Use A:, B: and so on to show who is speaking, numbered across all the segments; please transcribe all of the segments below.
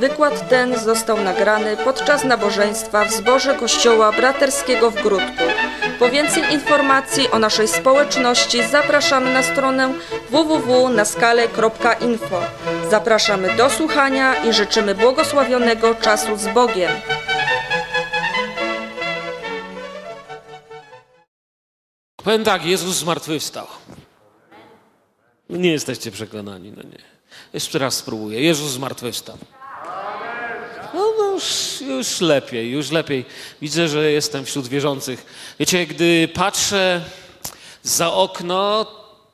A: Wykład ten został nagrany podczas nabożeństwa w zborze Kościoła Braterskiego w Gródku. Po więcej informacji o naszej społeczności zapraszamy na stronę www.naskale.info. Zapraszamy do słuchania i życzymy błogosławionego czasu z Bogiem.
B: Powiem tak, Jezus zmartwychwstał. Nie jesteście przekonani, no nie. Jeszcze raz spróbuję. Jezus zmartwychwstał. No już lepiej. Widzę, że jestem wśród wierzących. Wiecie, gdy patrzę za okno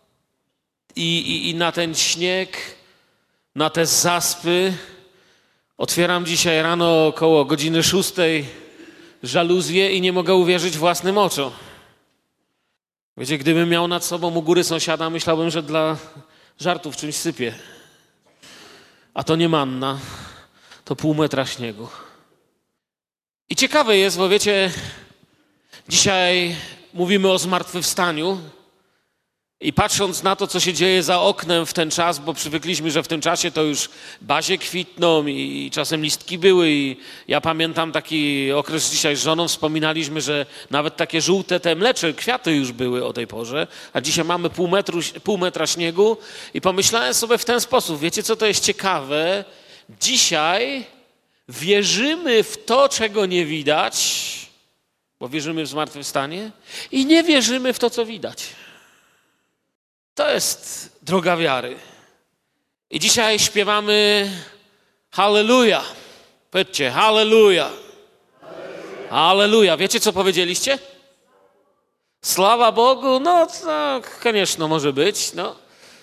B: i na ten śnieg, na te zaspy, otwieram dzisiaj rano około godziny 6 żaluzję i nie mogę uwierzyć własnym oczom. Wiecie, gdybym miał nad sobą u góry sąsiada, myślałbym, że dla żartów czymś sypie. A to nie manna, to pół metra śniegu. I ciekawe jest, bo wiecie, dzisiaj mówimy o zmartwychwstaniu i patrząc na to, co się dzieje za oknem w ten czas, bo przywykliśmy, że w tym czasie to już bazie kwitną i czasem listki były i ja pamiętam taki okres dzisiaj z żoną, wspominaliśmy, że nawet takie żółte te mlecze, kwiaty już były o tej porze, a dzisiaj mamy pół metra śniegu i pomyślałem sobie w ten sposób, wiecie co to jest ciekawe? Dzisiaj wierzymy w to, czego nie widać, bo wierzymy w zmartwychwstanie i nie wierzymy w to, co widać. To jest droga wiary. I dzisiaj śpiewamy Halleluja. Powiedzcie, Halleluja. Halleluja. Wiecie, co powiedzieliście? Sława Bogu? No, koniecznie może być. No.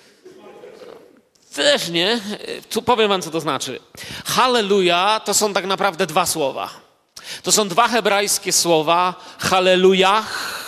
B: Też nie. Tu powiem wam, co to znaczy. Halleluja to są tak naprawdę dwa słowa. To są dwa hebrajskie słowa. Hallelujah.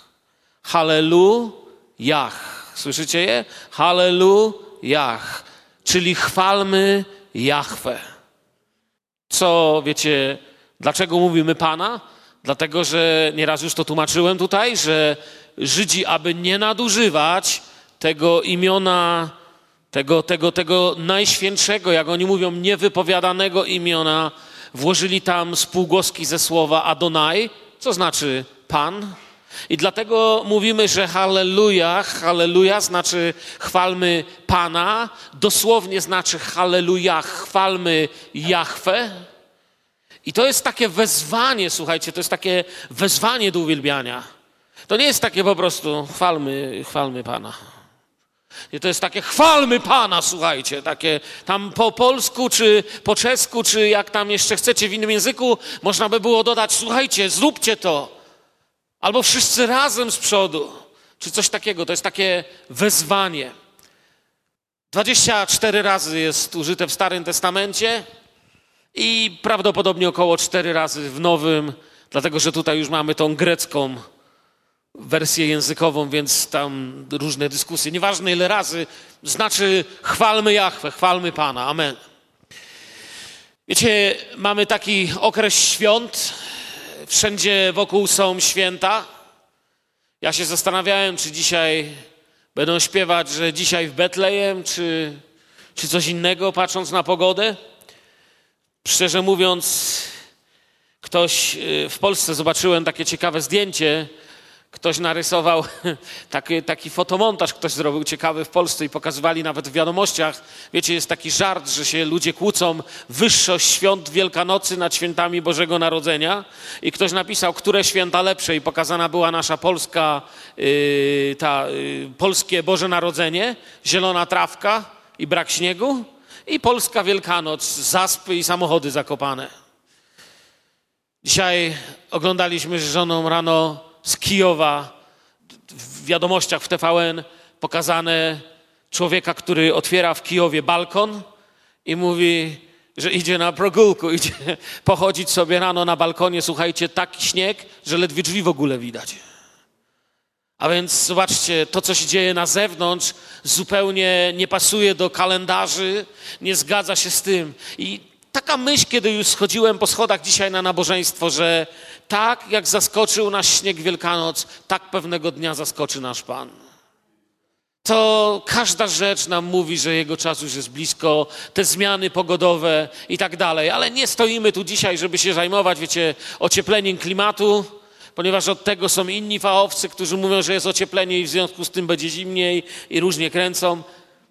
B: Hallelujah. Słyszycie je? Hallelujah, czyli chwalmy Jahwe. Co, wiecie, dlaczego mówimy Pana? Dlatego, że nieraz już to tłumaczyłem tutaj, że Żydzi, aby nie nadużywać tego imiona, tego najświętszego, jak oni mówią, niewypowiadanego imiona, włożyli tam spółgłoski ze słowa Adonai, co znaczy Pan. I dlatego mówimy, że Halleluja znaczy chwalmy Pana, dosłownie znaczy Halleluja, chwalmy Jahwe. I to jest takie wezwanie, słuchajcie, to jest takie wezwanie do uwielbiania. To nie jest takie po prostu chwalmy Pana. I to jest takie chwalmy Pana, słuchajcie, takie tam po polsku, czy po czesku, czy jak tam jeszcze chcecie w innym języku, można by było dodać, słuchajcie, zróbcie to. Albo wszyscy razem z przodu, czy coś takiego. To jest takie wezwanie. 24 razy jest użyte w Starym Testamencie i prawdopodobnie około 4 razy w Nowym, dlatego że tutaj już mamy tą grecką wersję językową, więc tam różne dyskusje. Nieważne ile razy, znaczy chwalmy Jahwe, chwalmy Pana. Amen. Wiecie, mamy taki okres świąt. Wszędzie wokół są święta. Ja się zastanawiałem, czy dzisiaj będą śpiewać, że dzisiaj w Betlejem, czy coś innego, patrząc na pogodę. Szczerze mówiąc, ktoś w Polsce, zobaczyłem takie ciekawe zdjęcie, ktoś narysował taki fotomontaż, ktoś zrobił ciekawy w Polsce i pokazywali nawet w wiadomościach. Wiecie, jest taki żart, że się ludzie kłócą wyższość świąt Wielkanocy nad świętami Bożego Narodzenia i ktoś napisał, które święta lepsze i pokazana była nasza polska, polskie Boże Narodzenie, zielona trawka i brak śniegu i polska Wielkanoc, zaspy i samochody zakopane. Dzisiaj oglądaliśmy z żoną rano z Kijowa, w wiadomościach w TVN pokazane człowieka, który otwiera w Kijowie balkon i mówi, że idzie na progrulku, idzie pochodzić sobie rano na balkonie, słuchajcie, taki śnieg, że ledwie drzwi w ogóle widać. A więc zobaczcie, to co się dzieje na zewnątrz zupełnie nie pasuje do kalendarzy, nie zgadza się z tym. I taka myśl, kiedy już schodziłem po schodach dzisiaj na nabożeństwo, że tak jak zaskoczył nas śnieg Wielkanoc, tak pewnego dnia zaskoczy nasz Pan. to każda rzecz nam mówi, że jego czas już jest blisko, te zmiany pogodowe i tak dalej. Ale nie stoimy tu dzisiaj, żeby się zajmować, wiecie, ociepleniem klimatu, ponieważ od tego są inni fachowcy, którzy mówią, że jest ocieplenie i w związku z tym będzie zimniej i różnie kręcą.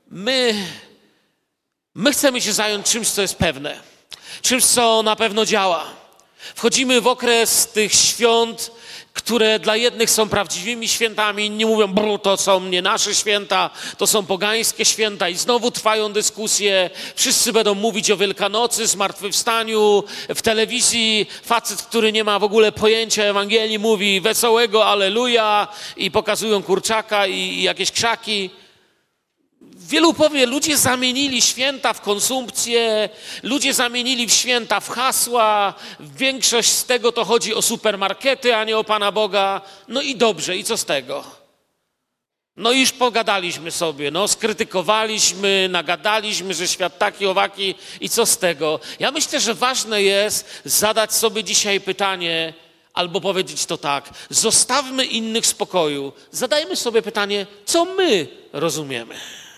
B: My chcemy się zająć czymś, co jest pewne, czymś, co na pewno działa. Wchodzimy w okres tych świąt, które dla jednych są prawdziwymi świętami, inni mówią, to są nie nasze święta, to są pogańskie święta i znowu trwają dyskusje. Wszyscy będą mówić o Wielkanocy, zmartwychwstaniu. W telewizji facet, który nie ma w ogóle pojęcia Ewangelii, mówi wesołego alleluja i pokazują kurczaka i jakieś krzaki. Wielu powie, ludzie zamienili święta w konsumpcję, ludzie zamienili święta w hasła, większość z tego to chodzi o supermarkety, a nie o Pana Boga. No i dobrze, i co z tego? No i już pogadaliśmy sobie, skrytykowaliśmy, nagadaliśmy, że świat taki, owaki i co z tego? Ja myślę, że ważne jest zadać sobie dzisiaj pytanie, albo powiedzieć to tak, zostawmy innych w spokoju, zadajmy sobie pytanie, co my rozumiemy.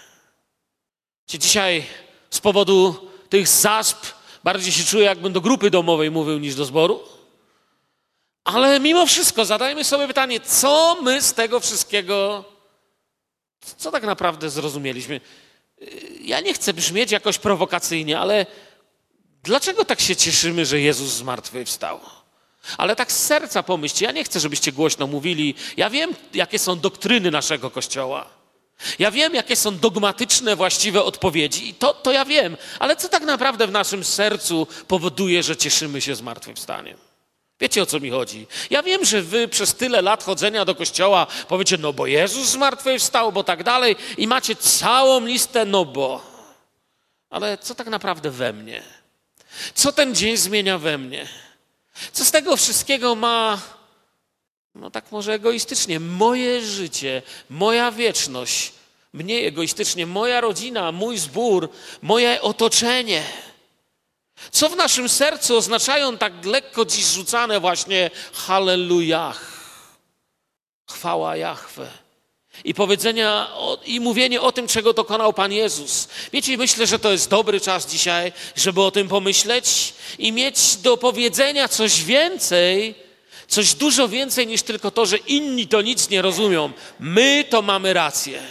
B: Dzisiaj z powodu tych zasp bardziej się czuję, jakbym do grupy domowej mówił niż do zboru. Ale mimo wszystko zadajmy sobie pytanie, co my z tego wszystkiego, co tak naprawdę zrozumieliśmy. Ja nie chcę brzmieć jakoś prowokacyjnie, ale dlaczego tak się cieszymy, że Jezus zmartwychwstał? Ale tak z serca pomyślcie, ja nie chcę, żebyście głośno mówili. Ja wiem, jakie są doktryny naszego Kościoła. Ja wiem, jakie są dogmatyczne, właściwe odpowiedzi i to ja wiem, ale co tak naprawdę w naszym sercu powoduje, że cieszymy się zmartwychwstaniem? Wiecie, o co mi chodzi? Ja wiem, że wy przez tyle lat chodzenia do kościoła powiecie, bo Jezus zmartwychwstał, bo tak dalej i macie całą listę, Ale co tak naprawdę we mnie? Co ten dzień zmienia we mnie? Co z tego wszystkiego ma... tak może egoistycznie, moje życie, moja wieczność, mnie egoistycznie, moja rodzina, mój zbór, moje otoczenie. Co w naszym sercu oznaczają tak lekko dziś rzucane właśnie hallelujah, chwała Jahwe i powiedzenia i mówienie o tym, czego dokonał Pan Jezus. Wiecie, myślę, że to jest dobry czas dzisiaj, żeby o tym pomyśleć i mieć do powiedzenia coś więcej, coś dużo więcej niż tylko to, że inni to nic nie rozumią. My to mamy rację.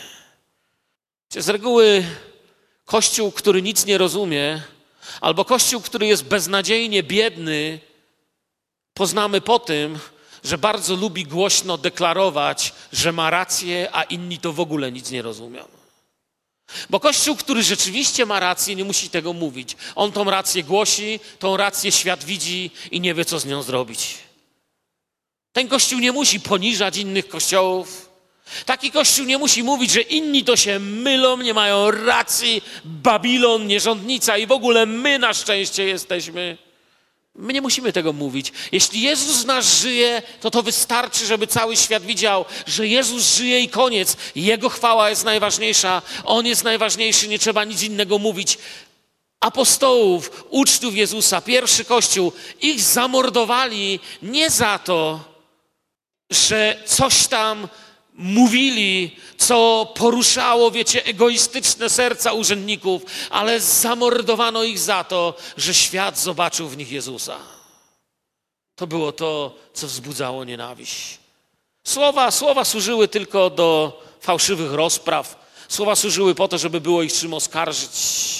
B: Z reguły Kościół, który nic nie rozumie, albo Kościół, który jest beznadziejnie biedny, poznamy po tym, że bardzo lubi głośno deklarować, że ma rację, a inni to w ogóle nic nie rozumią. Bo Kościół, który rzeczywiście ma rację, nie musi tego mówić. On tą rację głosi, tą rację świat widzi i nie wie, co z nią zrobić. Ten Kościół nie musi poniżać innych kościołów. Taki Kościół nie musi mówić, że inni to się mylą, nie mają racji, Babilon, nierządnica i w ogóle my na szczęście jesteśmy. My nie musimy tego mówić. Jeśli Jezus z nas żyje, to wystarczy, żeby cały świat widział, że Jezus żyje i koniec. Jego chwała jest najważniejsza. On jest najważniejszy, nie trzeba nic innego mówić. Apostołów, uczniów Jezusa, pierwszy Kościół, ich zamordowali nie za to, że coś tam mówili, co poruszało, wiecie, egoistyczne serca urzędników, ale zamordowano ich za to, że świat zobaczył w nich Jezusa. To było to, co wzbudzało nienawiść. Słowa służyły tylko do fałszywych rozpraw. Słowa służyły po to, żeby było ich czym oskarżyć.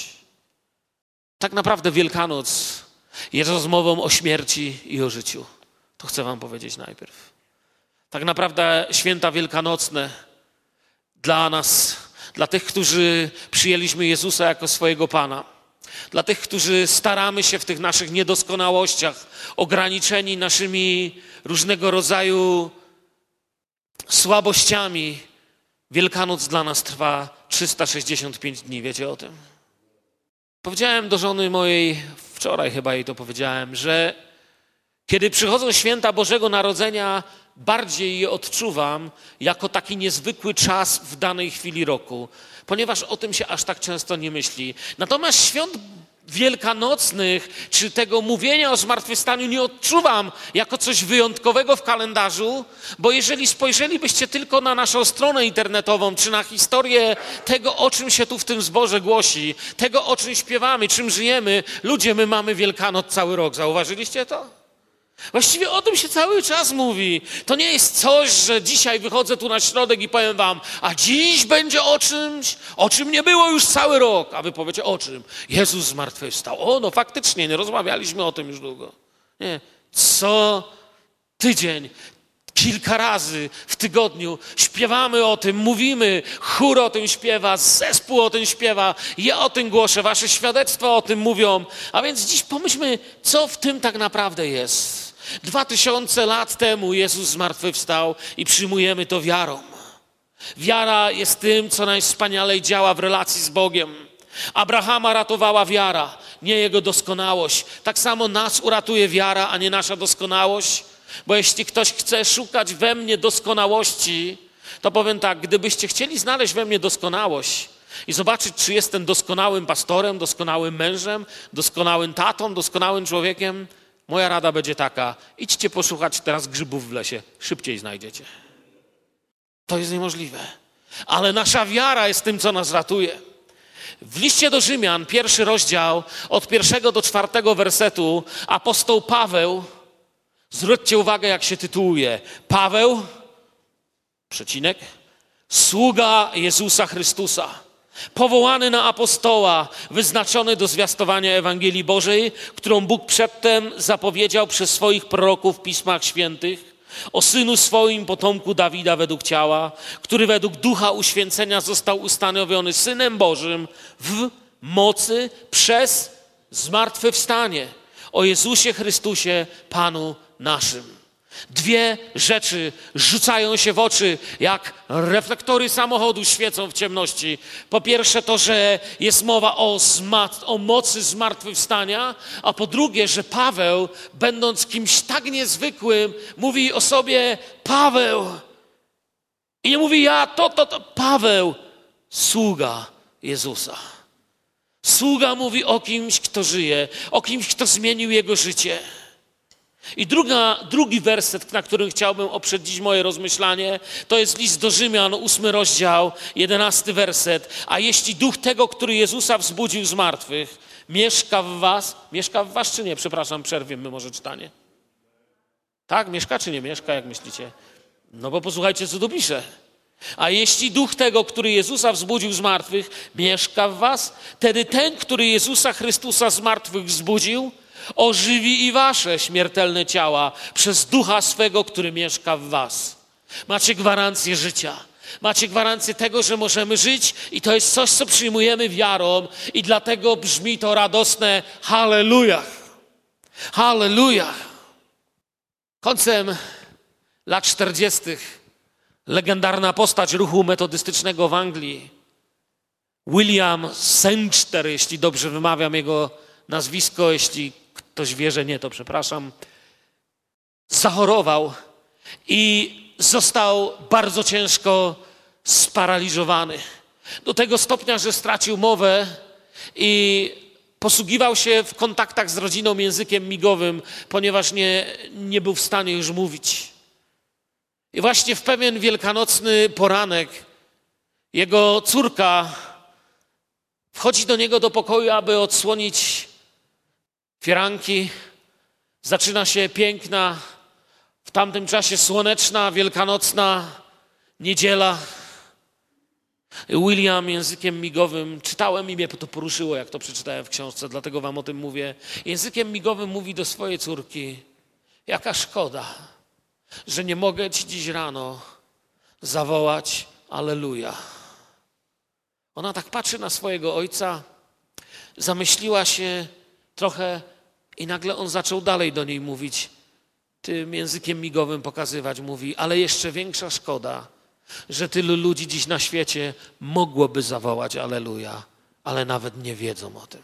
B: Tak naprawdę Wielkanoc jest rozmową o śmierci i o życiu. To chcę wam powiedzieć najpierw. Tak naprawdę święta wielkanocne dla nas, dla tych, którzy przyjęliśmy Jezusa jako swojego Pana, dla tych, którzy staramy się w tych naszych niedoskonałościach, ograniczeni naszymi różnego rodzaju słabościami, Wielkanoc dla nas trwa 365 dni. Wiecie o tym? Powiedziałem do żony mojej, wczoraj chyba jej to powiedziałem, że kiedy przychodzą święta Bożego Narodzenia, bardziej je odczuwam jako taki niezwykły czas w danej chwili roku, ponieważ o tym się aż tak często nie myśli. Natomiast świąt wielkanocnych, czy tego mówienia o zmartwychwstaniu nie odczuwam jako coś wyjątkowego w kalendarzu, bo jeżeli spojrzelibyście tylko na naszą stronę internetową, czy na historię tego, o czym się tu w tym zborze głosi, tego, o czym śpiewamy, czym żyjemy, ludzie, my mamy Wielkanoc cały rok. Zauważyliście to? Właściwie o tym się cały czas mówi. To nie jest coś, że dzisiaj wychodzę tu na środek i powiem wam, a dziś będzie o czymś, o czym nie było już cały rok. A wy powiecie, o czym? Jezus zmartwychwstał. O, no faktycznie, nie rozmawialiśmy o tym już długo. Nie. Co tydzień, kilka razy w tygodniu śpiewamy o tym, mówimy, chór o tym śpiewa, zespół o tym śpiewa, ja o tym głoszę, wasze świadectwa o tym mówią. A więc dziś pomyślmy, co w tym tak naprawdę jest. 2000 lat temu Jezus zmartwychwstał i przyjmujemy to wiarą. Wiara jest tym, co najwspanialej działa w relacji z Bogiem. Abrahama ratowała wiara, nie jego doskonałość. Tak samo nas uratuje wiara, a nie nasza doskonałość. Bo jeśli ktoś chce szukać we mnie doskonałości, to powiem tak, gdybyście chcieli znaleźć we mnie doskonałość i zobaczyć, czy jestem doskonałym pastorem, doskonałym mężem, doskonałym tatą, doskonałym człowiekiem, moja rada będzie taka, idźcie poszukać teraz grzybów w lesie, szybciej znajdziecie. To jest niemożliwe. Ale nasza wiara jest tym, co nas ratuje. W liście do Rzymian, 1 rozdział, od 1 do 4 wersetu, apostoł Paweł, zwróćcie uwagę, jak się tytułuje. Paweł, przecinek, sługa Jezusa Chrystusa, powołany na apostoła, wyznaczony do zwiastowania Ewangelii Bożej, którą Bóg przedtem zapowiedział przez swoich proroków w Pismach Świętych, o synu swoim, potomku Dawida według ciała, który według ducha uświęcenia został ustanowiony Synem Bożym w mocy przez zmartwychwstanie, o Jezusie Chrystusie, Panu naszym. Dwie rzeczy rzucają się w oczy, jak reflektory samochodu świecą w ciemności. Po pierwsze to, że jest mowa o mocy zmartwychwstania, a po drugie, że Paweł, będąc kimś tak niezwykłym, mówi o sobie Paweł. I nie mówi ja, to Paweł, sługa Jezusa. Sługa mówi o kimś, kto żyje, o kimś, kto zmienił jego życie. I drugi werset, na którym chciałbym oprzeć dziś moje rozmyślanie, to jest list do Rzymian, 8 rozdział, 11 werset. A jeśli duch tego, który Jezusa wzbudził z martwych, mieszka w was czy nie? Przepraszam, przerwiemy może czytanie. Tak? Mieszka czy nie mieszka, jak myślicie? No bo posłuchajcie, co tu pisze. A jeśli duch tego, który Jezusa wzbudził z martwych, mieszka w was, wtedy ten, który Jezusa Chrystusa z martwych wzbudził, ożywi i wasze śmiertelne ciała przez ducha swego, który mieszka w was. Macie gwarancję życia. Macie gwarancję tego, że możemy żyć i to jest coś, co przyjmujemy wiarą i dlatego brzmi to radosne Hallelujah. Hallelujah. Końcem lat 40. legendarna postać ruchu metodystycznego w Anglii, William Sechster, jeśli dobrze wymawiam jego nazwisko, jeśli ktoś wie, że nie, to przepraszam, zachorował i został bardzo ciężko sparaliżowany. Do tego stopnia, że stracił mowę i posługiwał się w kontaktach z rodziną językiem migowym, ponieważ nie był w stanie już mówić. I właśnie w pewien wielkanocny poranek jego córka wchodzi do niego do pokoju, aby odsłonić firanki. Zaczyna się piękna, w tamtym czasie słoneczna, wielkanocna niedziela. William językiem migowym, czytałem i mnie to poruszyło, jak to przeczytałem w książce, dlatego wam o tym mówię. Językiem migowym mówi do swojej córki: jaka szkoda, że nie mogę ci dziś rano zawołać Alleluja. Ona tak patrzy na swojego ojca, zamyśliła się trochę i nagle on zaczął dalej do niej mówić, tym językiem migowym pokazywać. Mówi, ale jeszcze większa szkoda, że tylu ludzi dziś na świecie mogłoby zawołać Alleluja, ale nawet nie wiedzą o tym.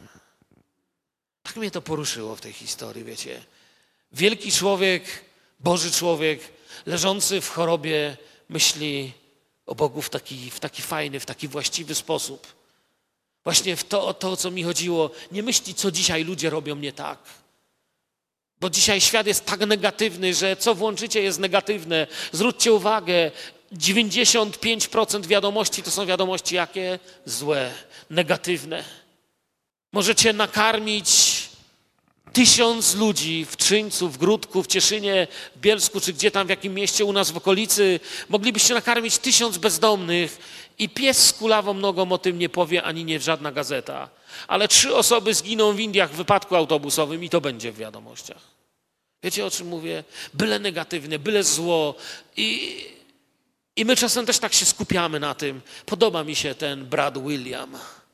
B: Tak mnie to poruszyło w tej historii, wiecie. Wielki człowiek, Boży człowiek, leżący w chorobie, myśli o Bogu w taki fajny, w taki właściwy sposób. Właśnie w to, o to, o co mi chodziło. Nie myśli, co dzisiaj ludzie robią nie tak. Bo dzisiaj świat jest tak negatywny, że co włączycie jest negatywne. Zwróćcie uwagę, 95% wiadomości to są wiadomości jakie? Złe, negatywne. Możecie nakarmić 1000 ludzi w Czyńcu, w Gródku, w Cieszynie, w Bielsku, czy gdzie tam, w jakim mieście u nas w okolicy. Moglibyście nakarmić 1000 bezdomnych i pies z kulawą nogą o tym nie powie, ani nie żadna gazeta. Ale 3 osoby zginą w Indiach w wypadku autobusowym i to będzie w wiadomościach. Wiecie, o czym mówię? Byle negatywne, byle zło. I my czasem też tak się skupiamy na tym. Podoba mi się ten brat William.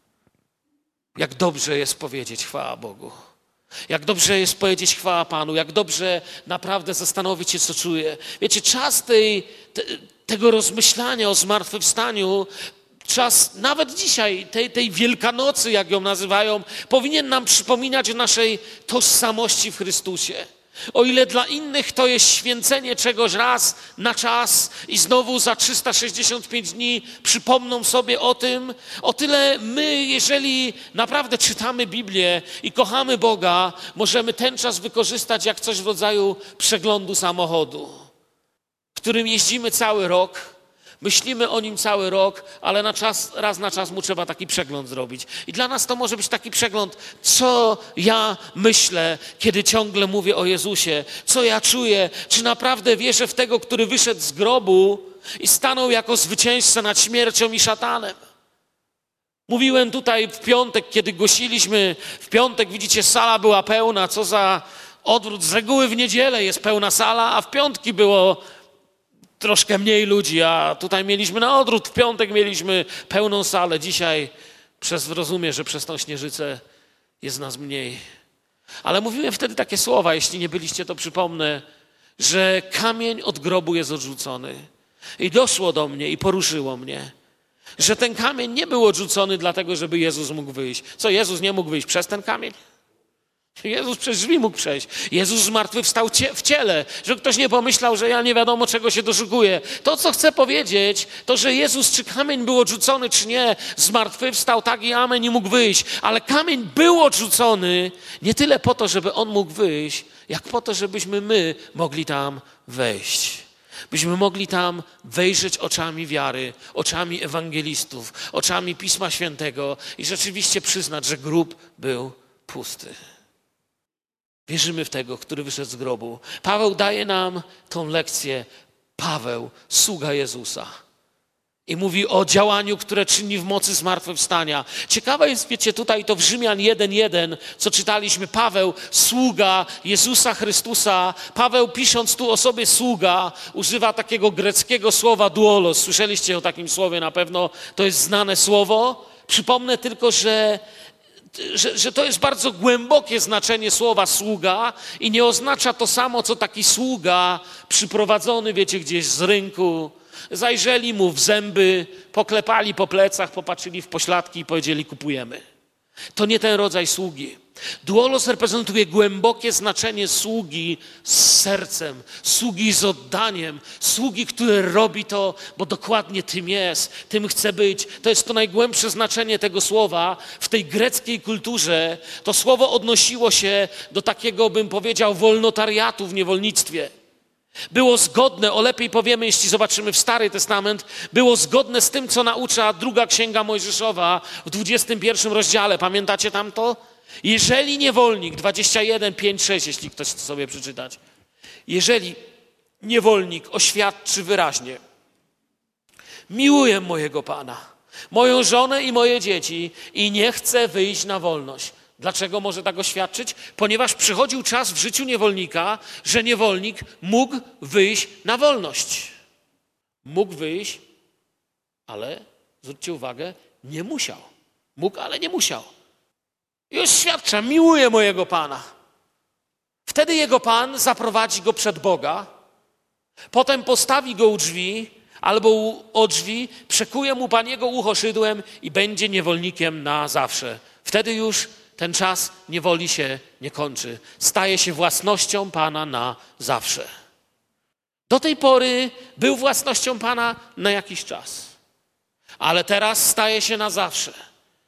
B: Jak dobrze jest powiedzieć chwała Bogu. Jak dobrze jest powiedzieć chwała Panu. Jak dobrze naprawdę zastanowić się, co czuję. Wiecie, czas tego rozmyślania o zmartwychwstaniu, czas nawet dzisiaj, tej Wielkanocy, jak ją nazywają, powinien nam przypominać o naszej tożsamości w Chrystusie. O ile dla innych to jest święcenie czegoś raz na czas i znowu za 365 dni przypomną sobie o tym, o tyle my, jeżeli naprawdę czytamy Biblię i kochamy Boga, możemy ten czas wykorzystać jak coś w rodzaju przeglądu samochodu, którym jeździmy cały rok. Myślimy o nim cały rok, ale raz na czas mu trzeba taki przegląd zrobić. I dla nas to może być taki przegląd, co ja myślę, kiedy ciągle mówię o Jezusie, co ja czuję, czy naprawdę wierzę w tego, który wyszedł z grobu i stanął jako zwycięzca nad śmiercią i szatanem. Mówiłem tutaj w piątek, kiedy głosiliśmy, w piątek, widzicie, sala była pełna, co za odwrót. Z reguły w niedzielę jest pełna sala, a w piątki było troszkę mniej ludzi, a tutaj mieliśmy na odwrót. W piątek mieliśmy pełną salę. Dzisiaj rozumiem, że przez tą śnieżycę jest nas mniej. Ale mówiłem wtedy takie słowa, jeśli nie byliście, to przypomnę, że kamień od grobu jest odrzucony. I doszło do mnie i poruszyło mnie, że ten kamień nie był odrzucony dlatego, żeby Jezus mógł wyjść. Co, Jezus nie mógł wyjść przez ten kamień? Jezus przez drzwi mógł przejść. Jezus zmartwychwstał w ciele, że ktoś nie pomyślał, że ja nie wiadomo czego się doszukuję. To, co chcę powiedzieć, to, że Jezus, czy kamień był odrzucony, czy nie, zmartwychwstał, tak i amen, i mógł wyjść. Ale kamień był odrzucony nie tyle po to, żeby on mógł wyjść, jak po to, żebyśmy my mogli tam wejść. Byśmy mogli tam wejrzeć oczami wiary, oczami ewangelistów, oczami Pisma Świętego i rzeczywiście przyznać, że grób był pusty. Wierzymy w tego, który wyszedł z grobu. Paweł daje nam tą lekcję. Paweł, sługa Jezusa. I mówi o działaniu, które czyni w mocy zmartwychwstania. Ciekawe jest, wiecie, tutaj to w Rzymian 1:1, co czytaliśmy. Paweł, sługa Jezusa Chrystusa. Paweł, pisząc tu o sobie sługa, używa takiego greckiego słowa doulos. Słyszeliście o takim słowie na pewno. To jest znane słowo. Przypomnę tylko, że to jest bardzo głębokie znaczenie słowa sługa i nie oznacza to samo, co taki sługa przyprowadzony, wiecie, gdzieś z rynku. Zajrzeli mu w zęby, poklepali po plecach, popatrzyli w pośladki i powiedzieli: kupujemy. To nie ten rodzaj sługi. Doulos reprezentuje głębokie znaczenie sługi z sercem, sługi z oddaniem, sługi, który robi to, bo dokładnie tym jest, tym chce być. To jest to najgłębsze znaczenie tego słowa. W tej greckiej kulturze to słowo odnosiło się do takiego, bym powiedział, wolnotariatu w niewolnictwie. Było zgodne, o lepiej powiemy, jeśli zobaczymy w Stary Testament, było zgodne z tym, co naucza druga Księga Mojżeszowa w 21 rozdziale. Pamiętacie tamto? Jeżeli niewolnik, 21, 5, 6, jeśli ktoś chce sobie przeczytać. Jeżeli niewolnik oświadczy wyraźnie: miłuję mojego Pana, moją żonę i moje dzieci i nie chcę wyjść na wolność. Dlaczego może tak oświadczyć? Ponieważ przychodził czas w życiu niewolnika, że niewolnik mógł wyjść na wolność. Mógł wyjść, ale, zwróćcie uwagę, nie musiał. Mógł, ale nie musiał. I oświadcza: miłuję mojego Pana. Wtedy jego Pan zaprowadzi go przed Boga, potem postawi go u drzwi albo o drzwi, przekuje mu Pan jego ucho szydłem i będzie niewolnikiem na zawsze. Wtedy już ten czas niewoli się nie kończy. Staje się własnością Pana na zawsze. Do tej pory był własnością Pana na jakiś czas, ale teraz staje się na zawsze.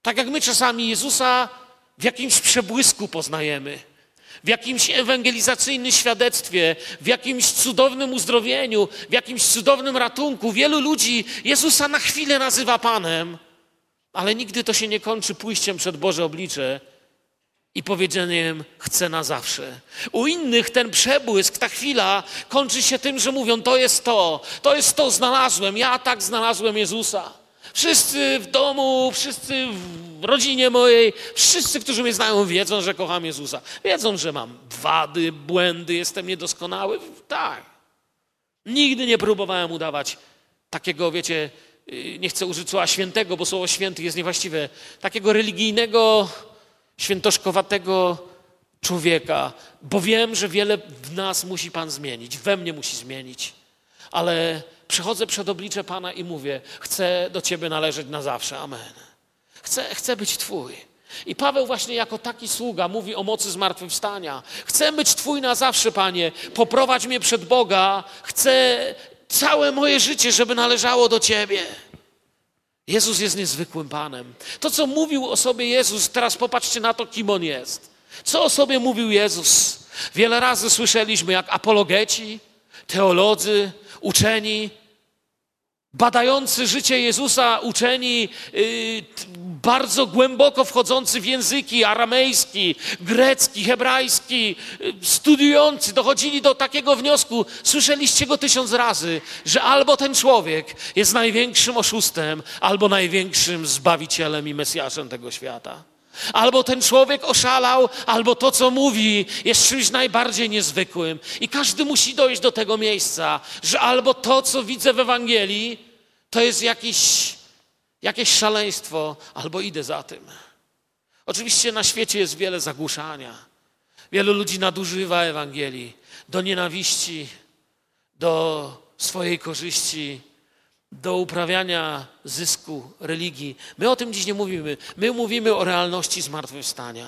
B: Tak jak my czasami Jezusa w jakimś przebłysku poznajemy, w jakimś ewangelizacyjnym świadectwie, w jakimś cudownym uzdrowieniu, w jakimś cudownym ratunku. Wielu ludzi Jezusa na chwilę nazywa Panem, ale nigdy to się nie kończy pójściem przed Boże oblicze i powiedzeniem chcę na zawsze. U innych ten przebłysk, ta chwila kończy się tym, że mówią to jest to, znalazłem, ja tak znalazłem Jezusa. Wszyscy w domu, wszyscy w rodzinie mojej, wszyscy, którzy mnie znają, wiedzą, że kocham Jezusa. Wiedzą, że mam wady, błędy, jestem niedoskonały. Tak. Nigdy nie próbowałem udawać takiego, wiecie, nie chcę użyć słowa świętego, bo słowo święty jest niewłaściwe, takiego religijnego, świętoszkowatego człowieka, bo wiem, że wiele w nas musi Pan zmienić, we mnie musi zmienić, ale przychodzę przed oblicze Pana i mówię, chcę do Ciebie należeć na zawsze, amen. Chcę być Twój. I Paweł właśnie jako taki sługa mówi o mocy zmartwychwstania. Chcę być Twój na zawsze, Panie, poprowadź mnie przed Boga, chcę całe moje życie, żeby należało do Ciebie. Jezus jest niezwykłym Panem. To, co mówił o sobie Jezus, teraz popatrzcie na to, kim On jest. Co o sobie mówił Jezus? Wiele razy słyszeliśmy, jak apologeci, teolodzy, uczeni, badający życie Jezusa, uczeni, bardzo głęboko wchodzący w języki aramejski, grecki, hebrajski, studiujący, dochodzili do takiego wniosku, słyszeliście go 1000 razy, że albo ten człowiek jest największym oszustem, albo największym zbawicielem i mesjaszem tego świata. Albo ten człowiek oszalał, albo to, co mówi, jest czymś najbardziej niezwykłym. I każdy musi dojść do tego miejsca, że albo to, co widzę w Ewangelii, to jest jakieś szaleństwo, albo idę za tym. Oczywiście na świecie jest wiele zagłuszania. Wielu ludzi nadużywa Ewangelii do nienawiści, do swojej korzyści, do uprawiania zysku, religii. My o tym dziś nie mówimy. My mówimy o realności zmartwychwstania.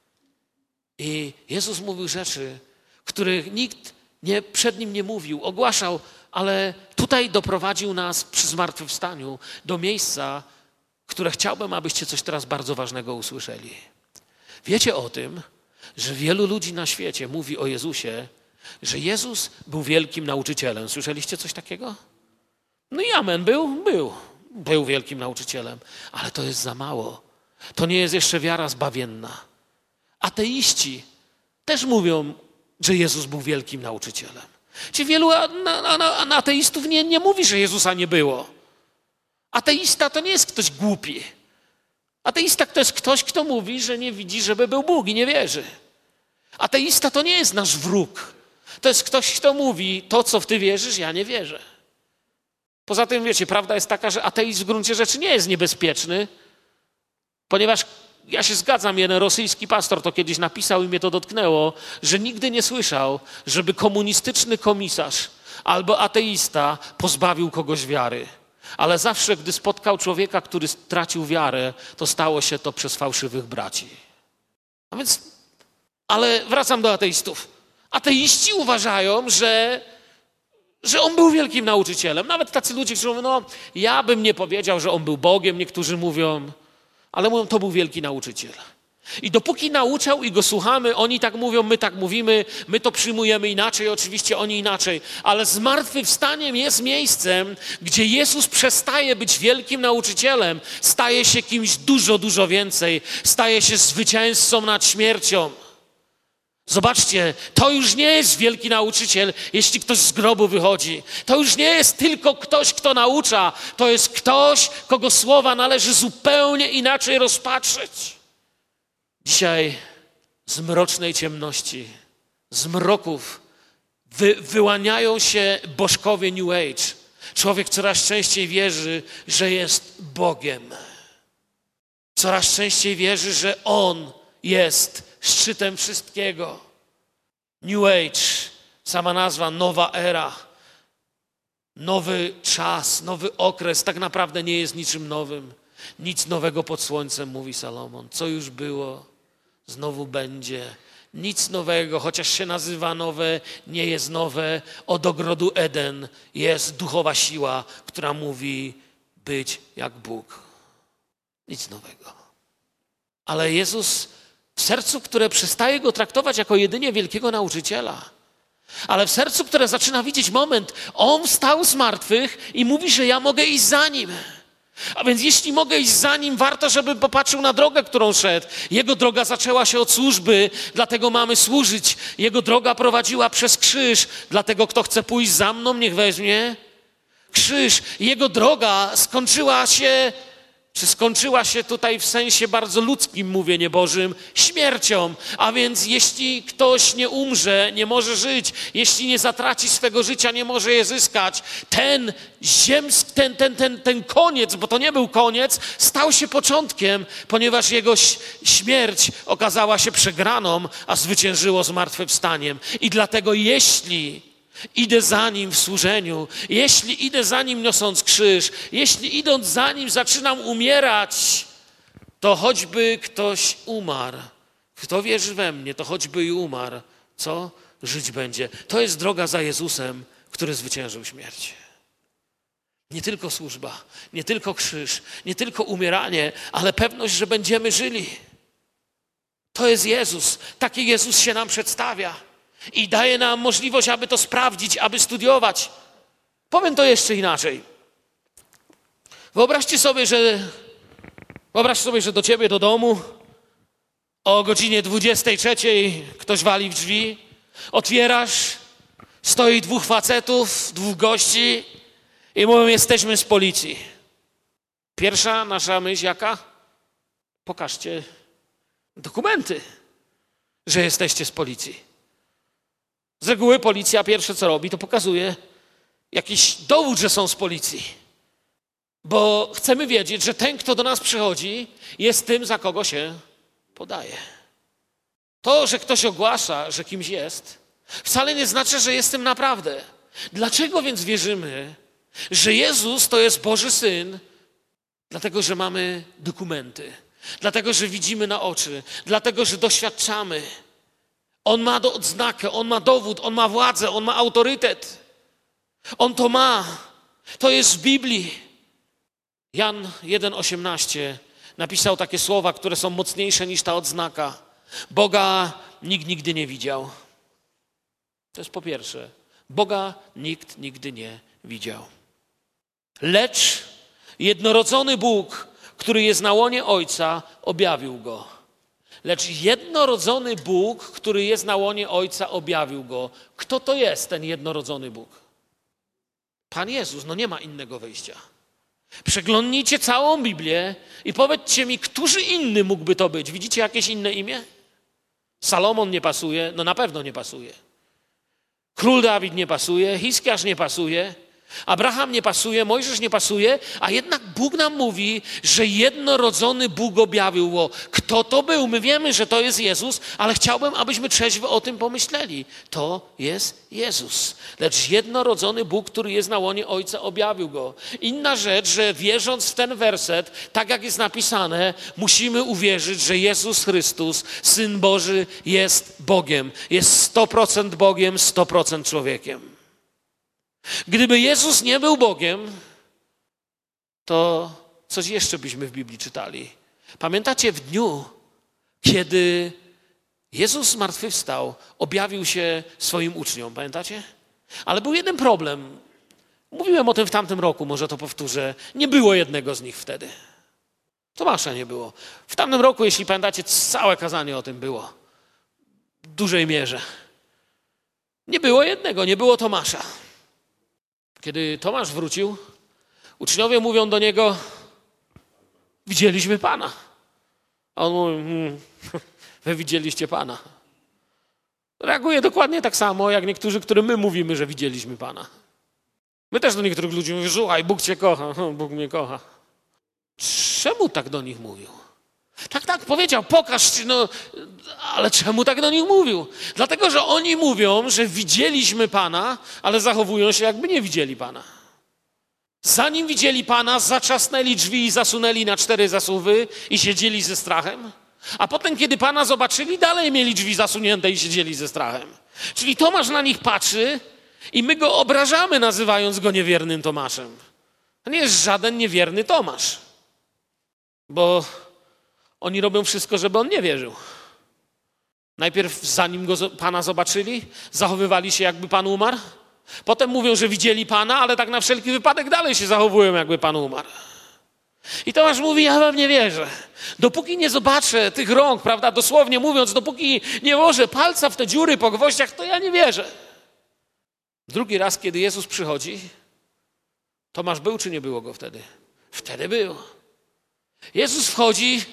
B: I Jezus mówił rzeczy, których nikt przed Nim nie mówił, ogłaszał, ale tutaj doprowadził nas przy zmartwychwstaniu do miejsca, które chciałbym, abyście coś teraz bardzo ważnego usłyszeli. Wiecie o tym, że wielu ludzi na świecie mówi o Jezusie, że Jezus był wielkim nauczycielem. Słyszeliście coś takiego? No i amen, był wielkim nauczycielem, ale to jest za mało. To nie jest jeszcze wiara zbawienna. Ateiści też mówią, że Jezus był wielkim nauczycielem. Czyli wielu ateistów nie mówi, że Jezusa nie było. Ateista to nie jest ktoś głupi. Ateista to jest ktoś, kto mówi, że nie widzi, żeby był Bóg i nie wierzy. Ateista to nie jest nasz wróg. To jest ktoś, kto mówi, to co w ty wierzysz, ja nie wierzę. Poza tym, wiecie, prawda jest taka, że ateizm w gruncie rzeczy nie jest niebezpieczny, ponieważ ja się zgadzam, jeden rosyjski pastor to kiedyś napisał i mnie to dotknęło, że nigdy nie słyszał, żeby komunistyczny komisarz albo ateista pozbawił kogoś wiary. Ale zawsze, gdy spotkał człowieka, który stracił wiarę, to stało się to przez fałszywych braci. A więc, ale wracam do ateistów. Ateiści uważają, że on był wielkim nauczycielem. Nawet tacy ludzie, którzy mówią, no ja bym nie powiedział, że on był Bogiem, niektórzy mówią, ale mówią, to był wielki nauczyciel. I dopóki nauczał i go słuchamy, oni tak mówią, my tak mówimy, my to przyjmujemy inaczej, oczywiście oni inaczej. Ale zmartwychwstaniem jest miejscem, gdzie Jezus przestaje być wielkim nauczycielem, staje się kimś dużo, dużo więcej, staje się zwycięzcą nad śmiercią. Zobaczcie, to już nie jest wielki nauczyciel, jeśli ktoś z grobu wychodzi. To już nie jest tylko ktoś, kto naucza. To jest ktoś, kogo słowa należy zupełnie inaczej rozpatrzeć. Dzisiaj z mrocznej ciemności, z mroków wyłaniają się bożkowie New Age. Człowiek coraz częściej wierzy, że jest Bogiem. Coraz częściej wierzy, że On jest szczytem wszystkiego. New Age, sama nazwa, nowa era, nowy czas, nowy okres, tak naprawdę nie jest niczym nowym. Nic nowego pod słońcem, mówi Salomon. Co już było, znowu będzie. Nic nowego, chociaż się nazywa nowe, nie jest nowe. Od ogrodu Eden jest duchowa siła, która mówi być jak Bóg. Nic nowego. Ale Jezus w sercu, które przestaje Go traktować jako jedynie wielkiego nauczyciela, ale w sercu, które zaczyna widzieć moment, On wstał z martwych i mówi, że ja mogę iść za Nim. A więc jeśli mogę iść za Nim, warto, żebym popatrzył na drogę, którą szedł. Jego droga zaczęła się od służby, dlatego mamy służyć. Jego droga prowadziła przez krzyż, dlatego kto chce pójść za mną, niech weźmie krzyż. Jego droga skończyła się tutaj w sensie bardzo ludzkim, mówienie Bożym, śmiercią. A więc jeśli ktoś nie umrze, nie może żyć, jeśli nie zatraci swego życia, nie może je zyskać, ten koniec, bo to nie był koniec, stał się początkiem, ponieważ jego śmierć okazała się przegraną, a zwyciężyło zmartwychwstaniem. I dlatego jeśli idę za Nim w służeniu, jeśli idę za Nim niosąc krzyż, jeśli idąc za Nim zaczynam umierać, to choćby ktoś umarł. Kto wierzy we mnie, to choćby i umarł. Co? Żyć będzie. To jest droga za Jezusem, który zwyciężył śmierć. Nie tylko służba, nie tylko krzyż, nie tylko umieranie, ale pewność, że będziemy żyli. To jest Jezus. Taki Jezus się nam przedstawia. I daje nam możliwość, aby to sprawdzić, aby studiować. Powiem to jeszcze inaczej. Wyobraź sobie, że do ciebie do domu o godzinie 23 ktoś wali w drzwi, otwierasz, stoi dwóch facetów, dwóch gości i mówią, jesteśmy z policji. Pierwsza nasza myśl jaka? Pokażcie dokumenty, że jesteście z policji. Z reguły policja pierwsze co robi, to pokazuje jakiś dowód, że są z policji. Bo chcemy wiedzieć, że ten, kto do nas przychodzi, jest tym, za kogo się podaje. To, że ktoś ogłasza, że kimś jest, wcale nie znaczy, że jest tym naprawdę. Dlaczego więc wierzymy, że Jezus to jest Boży Syn? Dlatego, że mamy dokumenty. Dlatego, że widzimy na oczy. Dlatego, że doświadczamy. On ma odznakę, On ma dowód, On ma władzę, On ma autorytet. On to ma. To jest w Biblii. Jan 1,18 napisał takie słowa, które są mocniejsze niż ta odznaka. Boga nikt nigdy nie widział. To jest po pierwsze. Boga nikt nigdy nie widział. Lecz jednorodzony Bóg, który jest na łonie Ojca, objawił Go. Lecz jednorodzony Bóg, który jest na łonie Ojca, objawił Go. Kto to jest ten jednorodzony Bóg? Pan Jezus, nie ma innego wyjścia. Przeglądnijcie całą Biblię i powiedzcie mi, którzy inny mógłby to być. Widzicie jakieś inne imię? Salomon nie pasuje, na pewno nie pasuje. Król Dawid nie pasuje, Hiskiarz nie pasuje, Abraham nie pasuje, Mojżesz nie pasuje, a jednak Bóg nam mówi, że jednorodzony Bóg objawił Go. Kto to był? My wiemy, że to jest Jezus, ale chciałbym, abyśmy trzeźwo o tym pomyśleli. To jest Jezus. Lecz jednorodzony Bóg, który jest na łonie Ojca, objawił Go. Inna rzecz, że wierząc w ten werset, tak jak jest napisane, musimy uwierzyć, że Jezus Chrystus, Syn Boży, jest Bogiem. Jest 100% Bogiem, 100% człowiekiem. Gdyby Jezus nie był Bogiem, to coś jeszcze byśmy w Biblii czytali. Pamiętacie w dniu, kiedy Jezus zmartwychwstał, objawił się swoim uczniom, pamiętacie? Ale był jeden problem. Mówiłem o tym w tamtym roku, może to powtórzę. Nie było jednego z nich wtedy. Tomasza nie było. W tamtym roku, jeśli pamiętacie, całe kazanie o tym było. W dużej mierze. Nie było jednego, nie było Tomasza. Kiedy Tomasz wrócił, uczniowie mówią do niego, widzieliśmy Pana. A on mówi, wy widzieliście Pana. Reaguje dokładnie tak samo, jak niektórzy, którym my mówimy, że widzieliśmy Pana. My też do niektórych ludzi mówimy, słuchaj, Bóg cię kocha, Bóg mnie kocha. Czemu tak do nich mówił? Tak, powiedział, pokaż, ale czemu tak do nich mówił? Dlatego, że oni mówią, że widzieliśmy Pana, ale zachowują się, jakby nie widzieli Pana. Zanim widzieli Pana, zatrzasnęli drzwi i zasunęli na 4 zasuwy i siedzieli ze strachem. A potem, kiedy Pana zobaczyli, dalej mieli drzwi zasunięte i siedzieli ze strachem. Czyli Tomasz na nich patrzy i my go obrażamy, nazywając go niewiernym Tomaszem. To nie jest żaden niewierny Tomasz, bo Oni robią wszystko, żeby on nie wierzył. Najpierw zanim Pana zobaczyli, zachowywali się, jakby Pan umarł. Potem mówią, że widzieli Pana, ale tak na wszelki wypadek dalej się zachowują, jakby Pan umarł. I Tomasz mówi, ja wam nie wierzę. Dopóki nie zobaczę tych rąk, prawda, dosłownie mówiąc, dopóki nie włożę palca w te dziury po gwoździach, to ja nie wierzę. Drugi raz, kiedy Jezus przychodzi, Tomasz był czy nie było go wtedy? Wtedy był. Jezus wchodzi,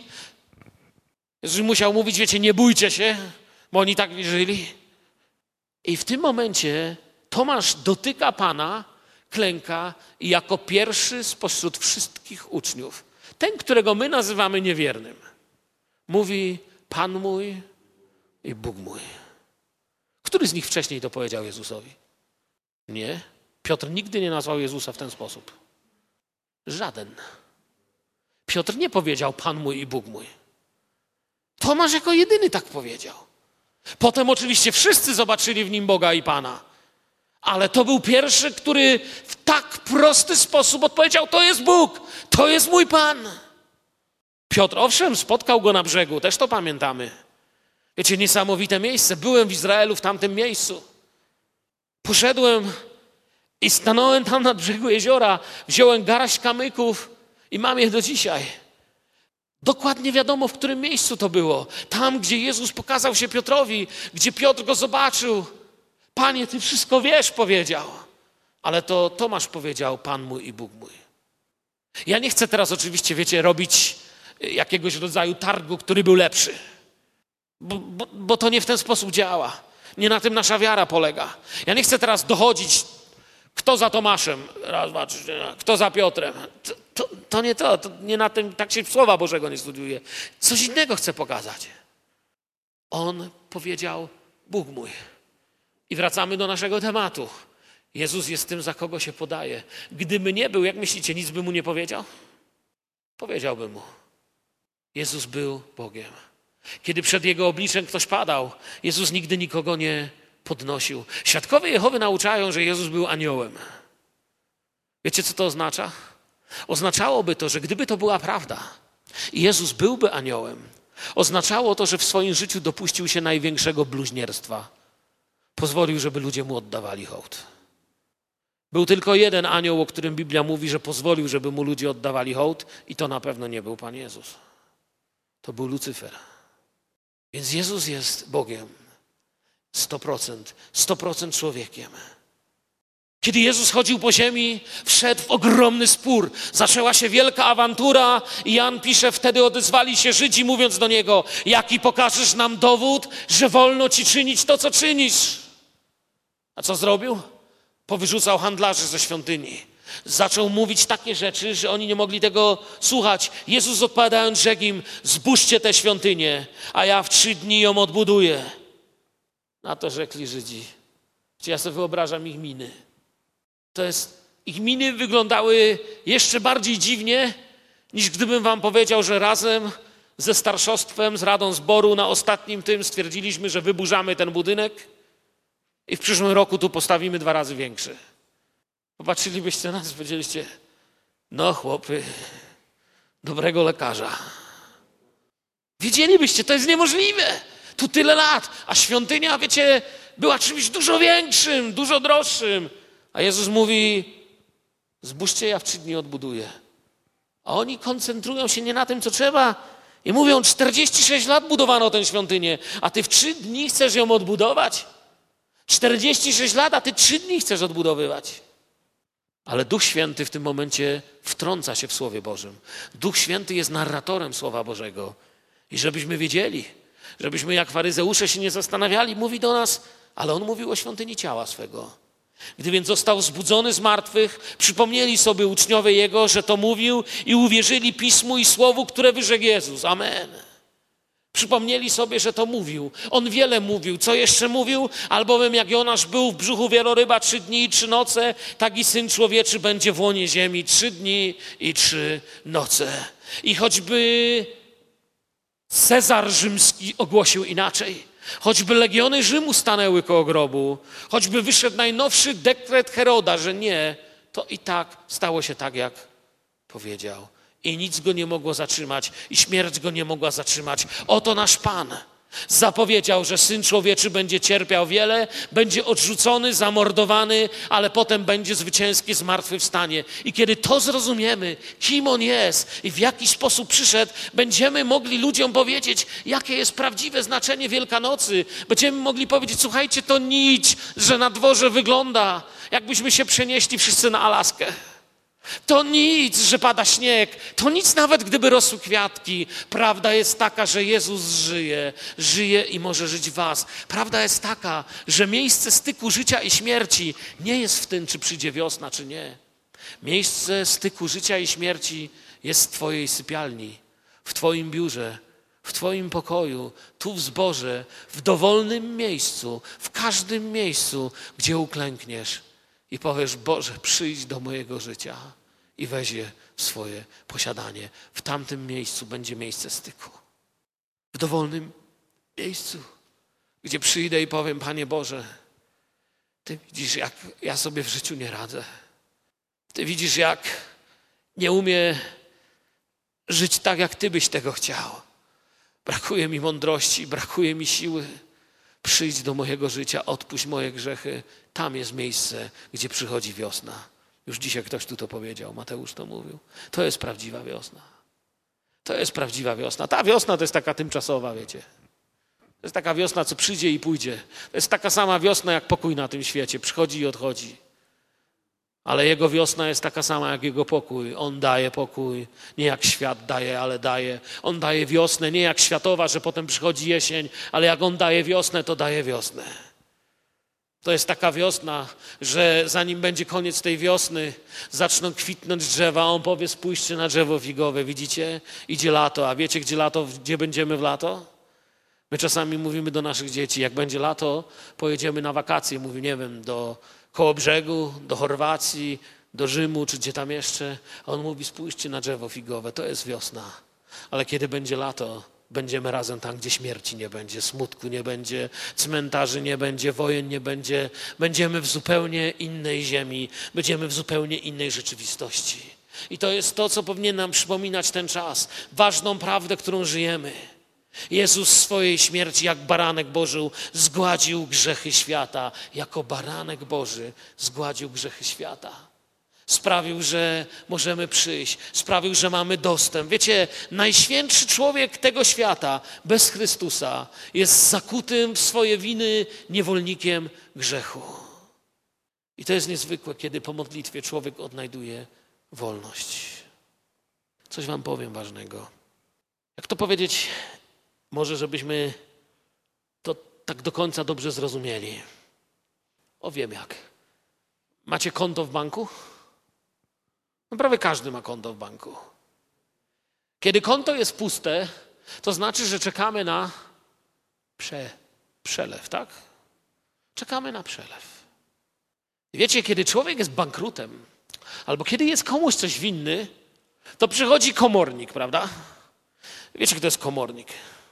B: Jezus musiał mówić, wiecie, nie bójcie się, bo oni tak wierzyli. I w tym momencie Tomasz dotyka Pana, klęka i jako pierwszy spośród wszystkich uczniów, ten, którego my nazywamy niewiernym, mówi Pan mój i Bóg mój. Który z nich wcześniej to powiedział Jezusowi? Nie. Piotr nigdy nie nazwał Jezusa w ten sposób. Żaden. Piotr nie powiedział Pan mój i Bóg mój. Tomasz jako jedyny tak powiedział. Potem oczywiście wszyscy zobaczyli w nim Boga i Pana. Ale to był pierwszy, który w tak prosty sposób odpowiedział, to jest Bóg, to jest mój Pan. Piotr, owszem, spotkał go na brzegu, też to pamiętamy. Wiecie, niesamowite miejsce. Byłem w Izraelu w tamtym miejscu. Poszedłem i stanąłem tam na brzegu jeziora, wziąłem garść kamyków i mam je do dzisiaj. Dokładnie wiadomo, w którym miejscu to było. Tam, gdzie Jezus pokazał się Piotrowi, gdzie Piotr go zobaczył. Panie, Ty wszystko wiesz, powiedział. Ale to Tomasz powiedział, Pan mój i Bóg mój. Ja nie chcę teraz oczywiście, wiecie, robić jakiegoś rodzaju targu, który był lepszy. Bo to nie w ten sposób działa. Nie na tym nasza wiara polega. Ja nie chcę teraz dochodzić, kto za Tomaszem, raz, dwa, trzy, kto za Piotrem. To nie to, nie na tym, tak się Słowa Bożego nie studiuje. Coś innego chcę pokazać. On powiedział, Bóg mój. I wracamy do naszego tematu. Jezus jest tym, za kogo się podaje. Gdyby nie był, jak myślicie, nic by mu nie powiedział? Powiedziałby mu. Jezus był Bogiem. Kiedy przed Jego obliczem ktoś padał, Jezus nigdy nikogo nie podnosił. Świadkowie Jehowy nauczają, że Jezus był aniołem. Wiecie, co to oznacza? Oznaczałoby to, że gdyby to była prawda i Jezus byłby aniołem, oznaczało to, że w swoim życiu dopuścił się największego bluźnierstwa. Pozwolił, żeby ludzie mu oddawali hołd. Był tylko jeden anioł, o którym Biblia mówi, że pozwolił, żeby mu ludzie oddawali hołd i to na pewno nie był Pan Jezus. To był Lucyfer. Więc Jezus jest Bogiem. 100% człowiekiem. Kiedy Jezus chodził po ziemi, wszedł w ogromny spór. Zaczęła się wielka awantura i Jan pisze, wtedy odezwali się Żydzi, mówiąc do Niego, jaki pokażesz nam dowód, że wolno Ci czynić to, co czynisz? A co zrobił? Powyrzucał handlarzy ze świątyni. Zaczął mówić takie rzeczy, że oni nie mogli tego słuchać. Jezus odpowiadając rzekł im, zburzcie tę świątynię, a ja w 3 dni ją odbuduję. Na to rzekli Żydzi. Ja sobie wyobrażam ich miny. Ich miny wyglądały jeszcze bardziej dziwnie, niż gdybym wam powiedział, że razem ze starszostwem, z Radą Zboru na ostatnim tym stwierdziliśmy, że wyburzamy ten budynek i w przyszłym roku tu postawimy 2 razy większy. Popatrzylibyście na nas i powiedzieliście, no chłopy, dobrego lekarza. Wiedzielibyście, to jest niemożliwe. Tu tyle lat, a świątynia, wiecie, była czymś dużo większym, dużo droższym. A Jezus mówi, zbóżcie, ja w 3 dni odbuduję. A oni koncentrują się nie na tym, co trzeba i mówią, 46 lat budowano tę świątynię, a ty w 3 dni chcesz ją odbudować? 46 lat, a ty 3 dni chcesz odbudowywać. Ale Duch Święty w tym momencie wtrąca się w Słowie Bożym. Duch Święty jest narratorem Słowa Bożego. I żebyśmy wiedzieli, żebyśmy jak faryzeusze się nie zastanawiali, mówi do nas, ale on mówił o świątyni ciała swego. Gdy więc został zbudzony z martwych, przypomnieli sobie uczniowie Jego, że to mówił i uwierzyli Pismu i Słowu, które wyrzekł Jezus. Amen. Przypomnieli sobie, że to mówił. On wiele mówił. Co jeszcze mówił? Albowiem jak Jonasz był w brzuchu wieloryba 3 dni i 3 noce, tak i Syn Człowieczy będzie w łonie ziemi 3 dni i 3 noce. I choćby Cezar Rzymski ogłosił inaczej, choćby legiony Rzymu stanęły koło grobu, choćby wyszedł najnowszy dekret Heroda, że nie, to i tak stało się tak, jak powiedział. I nic go nie mogło zatrzymać, i śmierć go nie mogła zatrzymać. Oto nasz Pan zapowiedział, że Syn Człowieczy będzie cierpiał wiele, będzie odrzucony, zamordowany, ale potem będzie zwycięski zmartwychwstanie. I kiedy to zrozumiemy, kim On jest i w jaki sposób przyszedł, będziemy mogli ludziom powiedzieć, jakie jest prawdziwe znaczenie Wielkanocy. Będziemy mogli powiedzieć, słuchajcie, to nic, że na dworze wygląda, jakbyśmy się przenieśli wszyscy na Alaskę. To nic, że pada śnieg, to nic nawet gdyby rosły kwiatki. Prawda jest taka, że Jezus żyje i może żyć w was. Prawda jest taka, że miejsce styku życia i śmierci nie jest w tym, czy przyjdzie wiosna, czy nie. Miejsce styku życia i śmierci jest w twojej sypialni, w twoim biurze, w twoim pokoju, tu w zborze, w dowolnym miejscu, w każdym miejscu, gdzie uklękniesz i powiesz, Boże, przyjdź do mojego życia i weź je w swoje posiadanie. W tamtym miejscu będzie miejsce styku. W dowolnym miejscu, gdzie przyjdę i powiem, Panie Boże, Ty widzisz, jak ja sobie w życiu nie radzę. Ty widzisz, jak nie umiem żyć tak, jak Ty byś tego chciał. Brakuje mi mądrości, brakuje mi siły. Przyjdź do mojego życia, odpuść moje grzechy. Tam jest miejsce, gdzie przychodzi wiosna. Już dzisiaj ktoś tu to powiedział, Mateusz to mówił. To jest prawdziwa wiosna. To jest prawdziwa wiosna. Ta wiosna to jest taka tymczasowa, wiecie. To jest taka wiosna, co przyjdzie i pójdzie. To jest taka sama wiosna, jak pokój na tym świecie. Przychodzi i odchodzi. Ale Jego wiosna jest taka sama, jak Jego pokój. On daje pokój, nie jak świat daje, ale daje. On daje wiosnę, nie jak światowa, że potem przychodzi jesień, ale jak On daje wiosnę, to daje wiosnę. To jest taka wiosna, że zanim będzie koniec tej wiosny, zaczną kwitnąć drzewa, a On powie, spójrzcie na drzewo figowe, widzicie? Idzie lato, a wiecie, gdzie będziemy w lato? My czasami mówimy do naszych dzieci, jak będzie lato, pojedziemy na wakacje, mówię, nie wiem, do Kołobrzegu, do Chorwacji, do Rzymu, czy gdzie tam jeszcze. A on mówi, spójrzcie na drzewo figowe, to jest wiosna. Ale kiedy będzie lato, będziemy razem tam, gdzie śmierci nie będzie, smutku nie będzie, cmentarzy nie będzie, wojen nie będzie. Będziemy w zupełnie innej ziemi, będziemy w zupełnie innej rzeczywistości. I to jest to, co powinien nam przypominać ten czas. Ważną prawdę, którą żyjemy. Jezus swojej śmierci jak baranek Boży zgładził grzechy świata. Jako baranek Boży zgładził grzechy świata. Sprawił, że możemy przyjść. Sprawił, że mamy dostęp. Wiecie, najświętszy człowiek tego świata bez Chrystusa jest zakutym w swoje winy niewolnikiem grzechu. I to jest niezwykłe, kiedy po modlitwie człowiek odnajduje wolność. Coś wam powiem ważnego. Jak to powiedzieć? Może, żebyśmy to tak do końca dobrze zrozumieli. O, wiem jak. Macie konto w banku? No prawie każdy ma konto w banku. Kiedy konto jest puste, to znaczy, że czekamy na przelew, tak? Czekamy na przelew. I wiecie, kiedy człowiek jest bankrutem, albo kiedy jest komuś coś winny, to przychodzi komornik, prawda? Wiecie, kto jest komornik?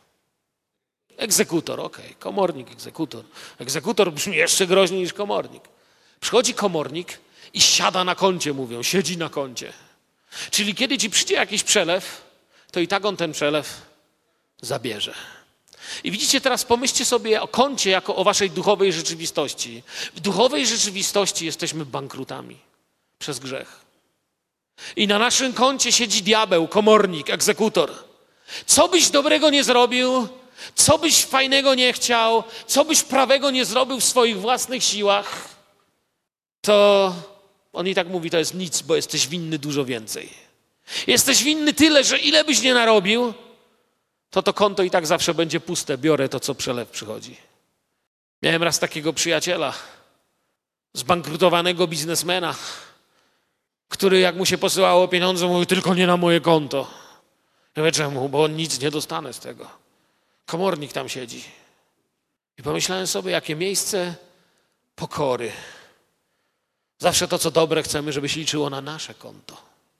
B: Egzekutor, okej. Komornik, egzekutor. Egzekutor brzmi jeszcze groźniej niż komornik. Przychodzi komornik i siada na koncie, mówią, siedzi na koncie. Czyli kiedy ci przyjdzie jakiś przelew, to i tak on ten przelew zabierze. I widzicie, teraz pomyślcie sobie o koncie jako o waszej duchowej rzeczywistości. W duchowej rzeczywistości jesteśmy bankrutami przez grzech. I na naszym koncie siedzi diabeł, komornik, egzekutor. Co byś dobrego nie zrobił, co byś fajnego nie chciał, co byś prawego nie zrobił w swoich własnych siłach, to on i tak mówi, to jest nic, bo jesteś winny dużo więcej. Jesteś winny tyle, że ile byś nie narobił, to konto i tak zawsze będzie puste. Biorę to, co przelew przychodzi. Miałem raz takiego przyjaciela, zbankrutowanego biznesmena, który jak mu się posyłało pieniądze, mówił, tylko nie na moje konto. Ja wiem czemu, bo nic nie dostanę z tego. Komornik tam siedzi. I pomyślałem sobie, jakie miejsce pokory. Zawsze to, co dobre, chcemy, żeby się liczyło na nasze konto.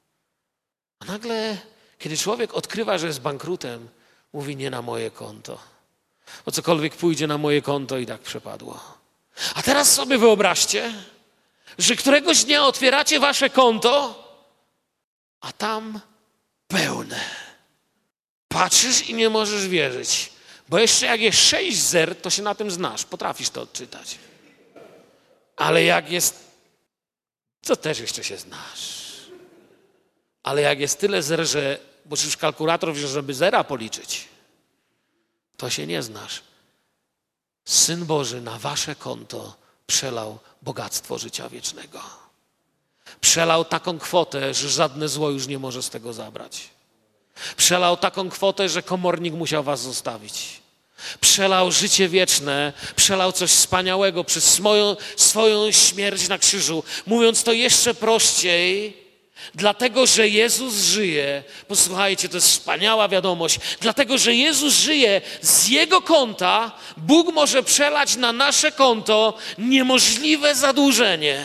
B: A nagle, kiedy człowiek odkrywa, że jest bankrutem, mówi nie na moje konto. Bo cokolwiek pójdzie na moje konto i tak przepadło. A teraz sobie wyobraźcie, że któregoś dnia otwieracie wasze konto, a tam pełne. Patrzysz i nie możesz wierzyć, bo jeszcze jak jest 6 zer, to się na tym znasz, potrafisz to odczytać. Ale jak jest, to też jeszcze się znasz. Ale jak jest tyle zer, że musisz kalkulator wziąć, żeby zera policzyć, to się nie znasz. Syn Boży na wasze konto przelał bogactwo życia wiecznego. Przelał taką kwotę, że żadne zło już nie może z tego zabrać. Przelał taką kwotę, że komornik musiał was zostawić. Przelał życie wieczne, przelał coś wspaniałego przez swoją śmierć na krzyżu. Mówiąc to jeszcze prościej, dlatego, że Jezus żyje, posłuchajcie, to jest wspaniała wiadomość, dlatego, że Jezus żyje, z Jego konta Bóg może przelać na nasze konto niemożliwe zadłużenie.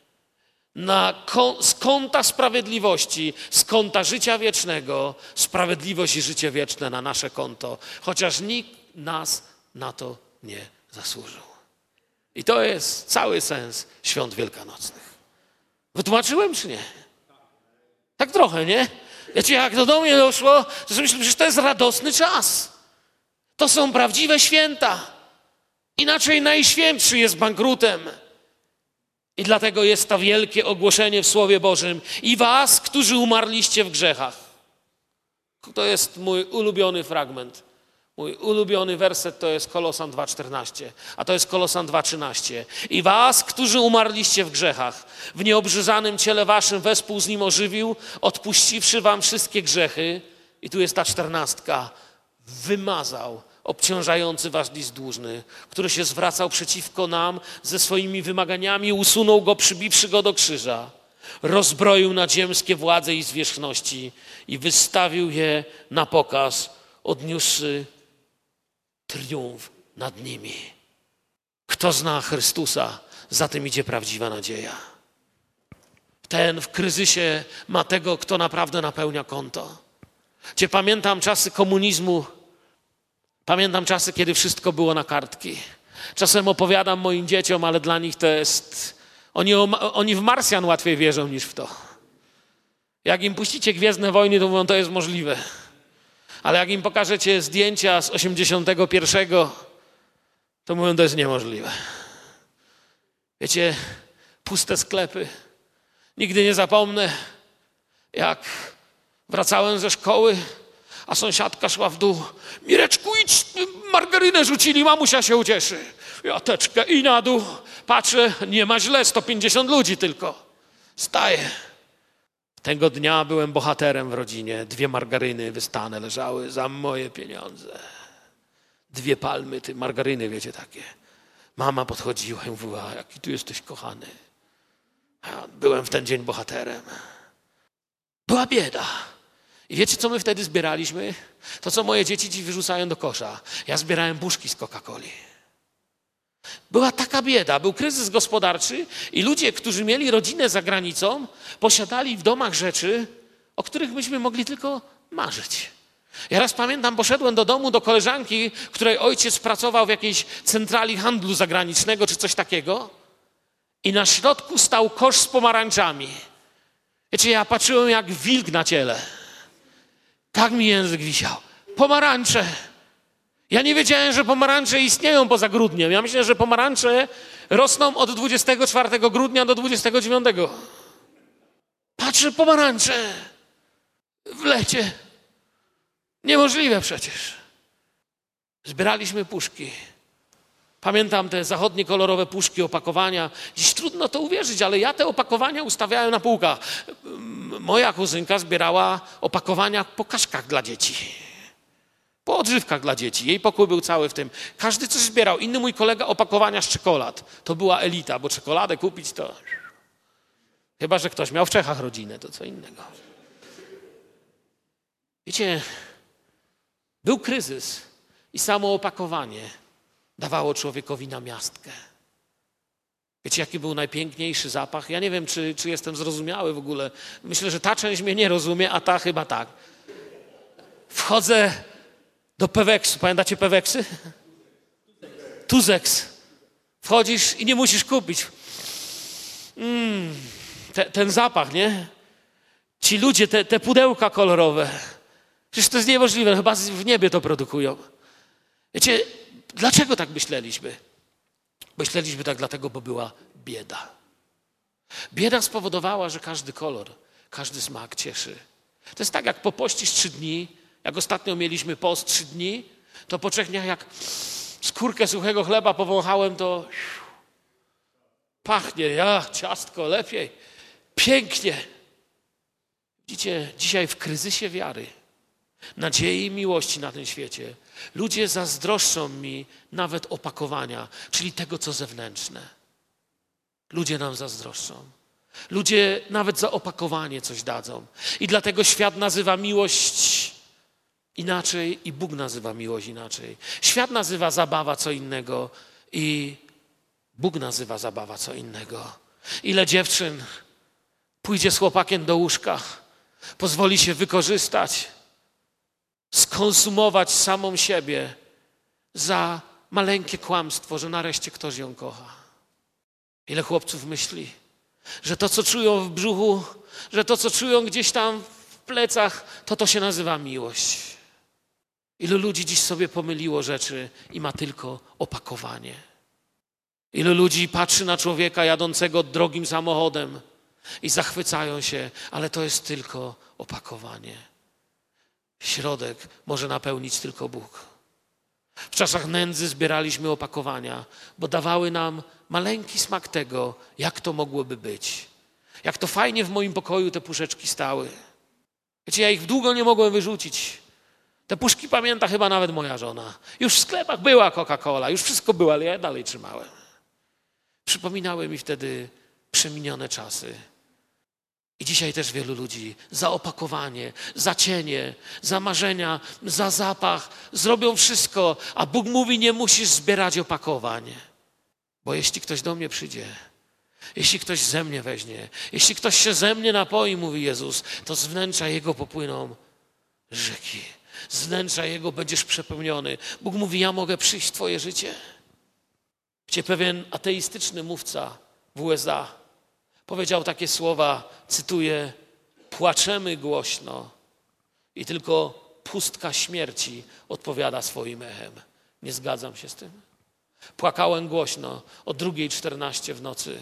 B: Z konta sprawiedliwości, z konta życia wiecznego, sprawiedliwość i życie wieczne na nasze konto, chociaż nikt nas na to nie zasłużył. I to jest cały sens świąt wielkanocnych. Wytłumaczyłem czy nie? Tak trochę, nie? Wiecie, jak to do mnie doszło, to sobie myślę, że to jest radosny czas. To są prawdziwe święta. Inaczej najświętszy jest bankrutem. I dlatego jest to wielkie ogłoszenie w Słowie Bożym. I was, którzy umarliście w grzechach. To jest mój ulubiony fragment. Mój ulubiony werset to jest Kolosan 2,14, a to jest Kolosan 2,13. I was, którzy umarliście w grzechach, w nieobrzyzanym ciele waszym wespół z nim ożywił, odpuściwszy wam wszystkie grzechy. I tu jest ta 14. Wymazał obciążający was list dłużny, który się zwracał przeciwko nam ze swoimi wymaganiami, usunął go, przybiwszy go do krzyża. Rozbroił nadziemskie władze i zwierzchności i wystawił je na pokaz, odniósłszy triumf nad nimi. Kto zna Chrystusa, za tym idzie prawdziwa nadzieja. Ten w kryzysie ma tego, kto naprawdę napełnia konto. Pamiętam czasy komunizmu, pamiętam czasy, kiedy wszystko było na kartki. Czasem opowiadam moim dzieciom, ale dla nich to jest... Oni w Marsjan łatwiej wierzą niż w to. Jak im puścicie Gwiezdne Wojny, to mówią, to jest możliwe. Ale jak im pokażecie zdjęcia z 81, to mówią, to jest niemożliwe. Wiecie, puste sklepy. Nigdy nie zapomnę, jak wracałem ze szkoły, a sąsiadka szła w dół. Mireczku, idź, margarynę rzucili, mamusia się ucieszy. Ja teczkę i na dół. Patrzę, nie ma źle, 150 ludzi tylko. Staję. Tego dnia byłem bohaterem w rodzinie. 2 margaryny wystane leżały za moje pieniądze. 2 palmy, margaryny, wiecie, takie. Mama podchodziła i mówiła, jaki tu jesteś kochany. Ja byłem w ten dzień bohaterem. Była bieda. I wiecie, co my wtedy zbieraliśmy? To, co moje dzieci dziś wyrzucają do kosza. Ja zbierałem buszki z Coca-Coli. Była taka bieda, był kryzys gospodarczy i ludzie, którzy mieli rodzinę za granicą, posiadali w domach rzeczy, o których myśmy mogli tylko marzyć. Ja raz pamiętam, poszedłem do domu do koleżanki, której ojciec pracował w jakiejś centrali handlu zagranicznego czy coś takiego i na środku stał kosz z pomarańczami. Wiecie, ja patrzyłem jak wilk na ciele. Tak mi język wisiał. Pomarańcze. Ja nie wiedziałem, że pomarańcze istnieją poza grudniem. Ja myślę, że pomarańcze rosną od 24 grudnia do 29. Patrzę, pomarańcze w lecie. Niemożliwe przecież. Zbieraliśmy puszki. Pamiętam te zachodnie kolorowe puszki, opakowania. Dziś trudno to uwierzyć, ale ja te opakowania ustawiałem na półkach. Moja kuzynka zbierała opakowania po kaszkach dla dzieci. Po odżywkach dla dzieci. Jej pokój był cały w tym. Każdy coś zbierał. Inny mój kolega opakowania z czekolad. To była elita, bo czekoladę kupić to... Chyba że ktoś miał w Czechach rodzinę, to co innego. Wiecie, był kryzys i samo opakowanie dawało człowiekowi namiastkę. Wiecie, jaki był najpiękniejszy zapach? Ja nie wiem, czy jestem zrozumiały w ogóle. Myślę, że ta część mnie nie rozumie, a ta chyba tak. Wchodzę do Peweksu. Pamiętacie Peweksy? Tuzex. Wchodzisz i nie musisz kupić. Ten zapach, nie? Ci ludzie, te pudełka kolorowe, przecież to jest niemożliwe, chyba w niebie to produkują. Wiecie, dlaczego tak myśleliśmy? Myśleliśmy tak dlatego, bo była bieda. Bieda spowodowała, że każdy kolor, każdy smak cieszy. To jest tak, jak popościsz 3 dni, jak ostatnio mieliśmy post 3 dni, to po 3 dniach jak skórkę suchego chleba powąchałem, to pachnie, ciastko, lepiej, pięknie. Widzicie, dzisiaj w kryzysie wiary, nadziei i miłości na tym świecie, ludzie zazdroszczą mi nawet opakowania, czyli tego, co zewnętrzne. Ludzie nam zazdroszczą. Ludzie nawet za opakowanie coś dadzą. I dlatego świat nazywa miłość inaczej i Bóg nazywa miłość inaczej. Świat nazywa zabawa co innego i Bóg nazywa zabawa co innego. Ile dziewczyn pójdzie z chłopakiem do łóżka, pozwoli się wykorzystać, skonsumować samą siebie za maleńkie kłamstwo, że nareszcie ktoś ją kocha. Ile chłopców myśli, że to, co czują w brzuchu, że to, co czują gdzieś tam w plecach, to się nazywa miłość. Ilu ludzi dziś sobie pomyliło rzeczy i ma tylko opakowanie. Ilu ludzi patrzy na człowieka jadącego drogim samochodem i zachwycają się, ale to jest tylko opakowanie. Środek może napełnić tylko Bóg. W czasach nędzy zbieraliśmy opakowania, bo dawały nam maleńki smak tego, jak to mogłoby być. Jak to fajnie w moim pokoju te puszeczki stały. Wiecie, ja ich długo nie mogłem wyrzucić. Te puszki pamięta chyba nawet moja żona. Już w sklepach była Coca-Cola, już wszystko było, ale ja je dalej trzymałem. Przypominały mi wtedy przeminione czasy. I dzisiaj też wielu ludzi za opakowanie, za cienie, za marzenia, za zapach zrobią wszystko, a Bóg mówi, nie musisz zbierać opakowań. Bo jeśli ktoś do mnie przyjdzie, jeśli ktoś ze mnie weźmie, jeśli ktoś się ze mnie napoi, mówi Jezus, to z wnętrza Jego popłyną rzeki. Z wnętrza Jego będziesz przepełniony. Bóg mówi, ja mogę przyjść w twoje życie. Gdzie pewien ateistyczny mówca w USA powiedział takie słowa, cytuję, płaczemy głośno i tylko pustka śmierci odpowiada swoim echem. Nie zgadzam się z tym. Płakałem głośno o 2:14 w nocy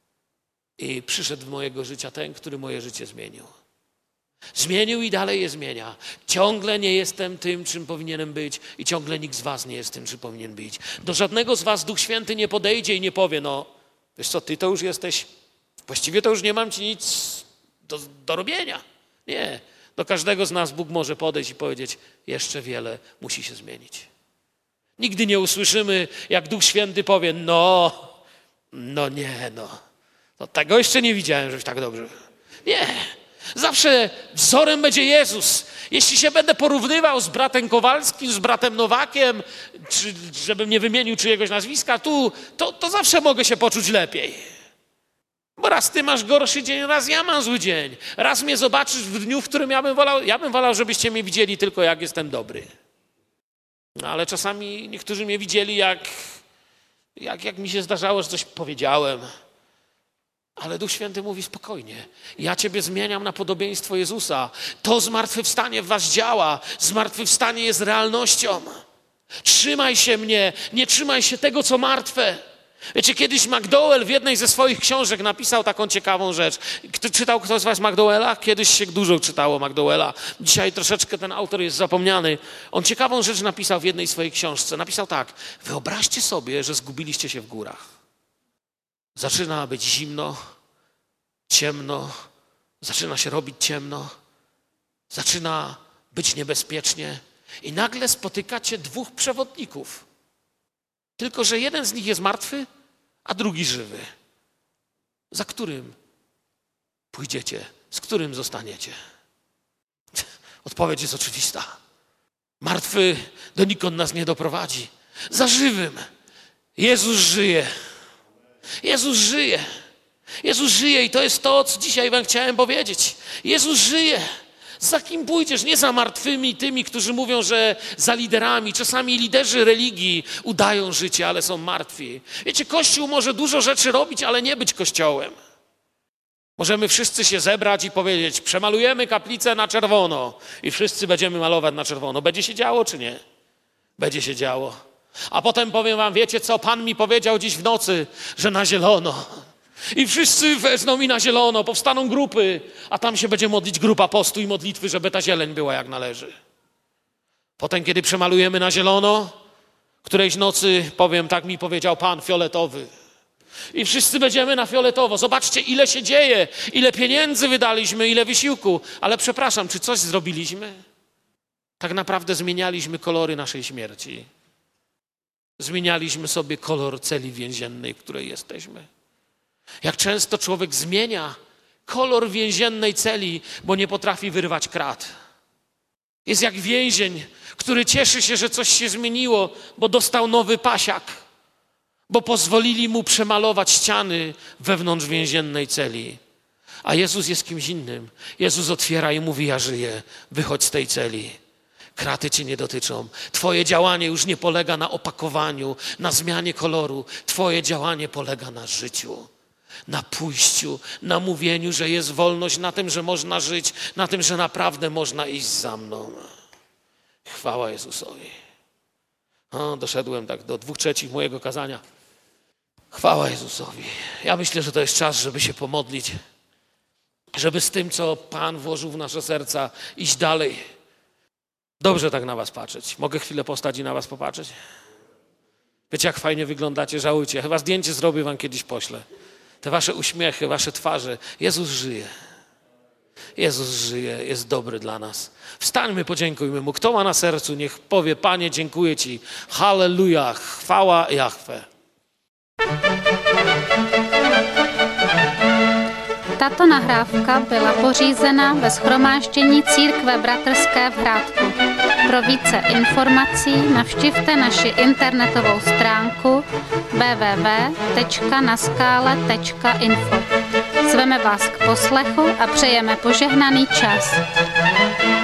B: i przyszedł do mojego życia ten, który moje życie zmienił. Zmienił i dalej je zmienia. Ciągle nie jestem tym, czym powinienem być i ciągle nikt z was nie jest tym, czym powinien być. Do żadnego z was Duch Święty nie podejdzie i nie powie, no wiesz co, ty to już jesteś, właściwie to już nie mam ci nic do robienia. Nie. Do każdego z nas Bóg może podejść i powiedzieć, jeszcze wiele musi się zmienić. Nigdy nie usłyszymy, jak Duch Święty powie, no tego jeszcze nie widziałem, żeś tak dobrze. Nie. Zawsze wzorem będzie Jezus. Jeśli się będę porównywał z bratem Kowalskim, z bratem Nowakiem, czy żebym nie wymienił czyjegoś nazwiska, to zawsze mogę się poczuć lepiej. Bo raz ty masz gorszy dzień, raz ja mam zły dzień. Raz mnie zobaczysz w dniu, w którym ja bym wolał, żebyście mnie widzieli tylko jak jestem dobry. No, ale czasami niektórzy mnie widzieli jak mi się zdarzało, że coś powiedziałem. Ale Duch Święty mówi spokojnie. Ja ciebie zmieniam na podobieństwo Jezusa. To zmartwychwstanie w was działa. Zmartwychwstanie jest realnością. Trzymaj się mnie, nie trzymaj się tego, co martwe. Wiecie, kiedyś McDowell w jednej ze swoich książek napisał taką ciekawą rzecz. Czytał ktoś z was McDowella? Kiedyś się dużo czytało McDowella. Dzisiaj troszeczkę ten autor jest zapomniany. On ciekawą rzecz napisał w jednej swojej książce. Napisał tak. Wyobraźcie sobie, że zgubiliście się w górach. Zaczyna być zimno, ciemno, zaczyna się robić ciemno, zaczyna być niebezpiecznie i nagle spotykacie 2 przewodników. Tylko że jeden z nich jest martwy, a drugi żywy. Za którym pójdziecie? Z którym zostaniecie? Odpowiedź jest oczywista. Martwy donikąd nas nie doprowadzi. Za żywym. Jezus żyje. Jezus żyje. Jezus żyje i to jest to, co dzisiaj wam chciałem powiedzieć. Jezus żyje. Za kim pójdziesz? Nie za martwymi tymi, którzy mówią, że za liderami. Czasami liderzy religii udają życie, ale są martwi. Wiecie, Kościół może dużo rzeczy robić, ale nie być Kościołem. Możemy wszyscy się zebrać i powiedzieć, przemalujemy kaplicę na czerwono i wszyscy będziemy malować na czerwono. Będzie się działo czy nie? Będzie się działo. A potem powiem wam, wiecie co, Pan mi powiedział dziś w nocy, że na zielono. I wszyscy wezmą mi na zielono, powstaną grupy, a tam się będzie modlić grupa postu i modlitwy, żeby ta zieleń była jak należy. Potem, kiedy przemalujemy na zielono, którejś nocy powiem, tak mi powiedział Pan, fioletowy. I wszyscy będziemy na fioletowo. Zobaczcie, ile się dzieje, ile pieniędzy wydaliśmy, ile wysiłku. Ale przepraszam, czy coś zrobiliśmy? Tak naprawdę zmienialiśmy kolory naszej śmierci. Zmienialiśmy sobie kolor celi więziennej, w której jesteśmy. Jak często człowiek zmienia kolor więziennej celi, bo nie potrafi wyrwać krat. Jest jak więzień, który cieszy się, że coś się zmieniło, bo dostał nowy pasiak, bo pozwolili mu przemalować ściany wewnątrz więziennej celi. A Jezus jest kimś innym. Jezus otwiera i mówi, ja żyję, wychodź z tej celi. Kraty cię nie dotyczą. Twoje działanie już nie polega na opakowaniu, na zmianie koloru. Twoje działanie polega na życiu, na pójściu, na mówieniu, że jest wolność, na tym, że można żyć, na tym, że naprawdę można iść za mną. Chwała Jezusowi. Doszedłem tak do 2/3 mojego kazania. Chwała Jezusowi. Ja myślę, że to jest czas, żeby się pomodlić, żeby z tym, co Pan włożył w nasze serca, iść dalej. Dobrze tak na was patrzeć. Mogę chwilę postać i na was popatrzeć? Wiecie, jak fajnie wyglądacie, żałujcie. Chyba zdjęcie zrobię wam kiedyś poślę. Te wasze uśmiechy, wasze twarze. Jezus żyje. Jezus żyje, jest dobry dla nas. Wstańmy, podziękujmy Mu. Kto ma na sercu, niech powie, Panie, dziękuję Ci. Halleluja, chwała Jahwe.
C: Tato nahrávka byla pořízena ve shromáždění Církve bratrské v Hrádku. Pro více informací navštivte naši internetovou stránku www.naskale.info. Zveme vás k poslechu a přejeme požehnaný čas.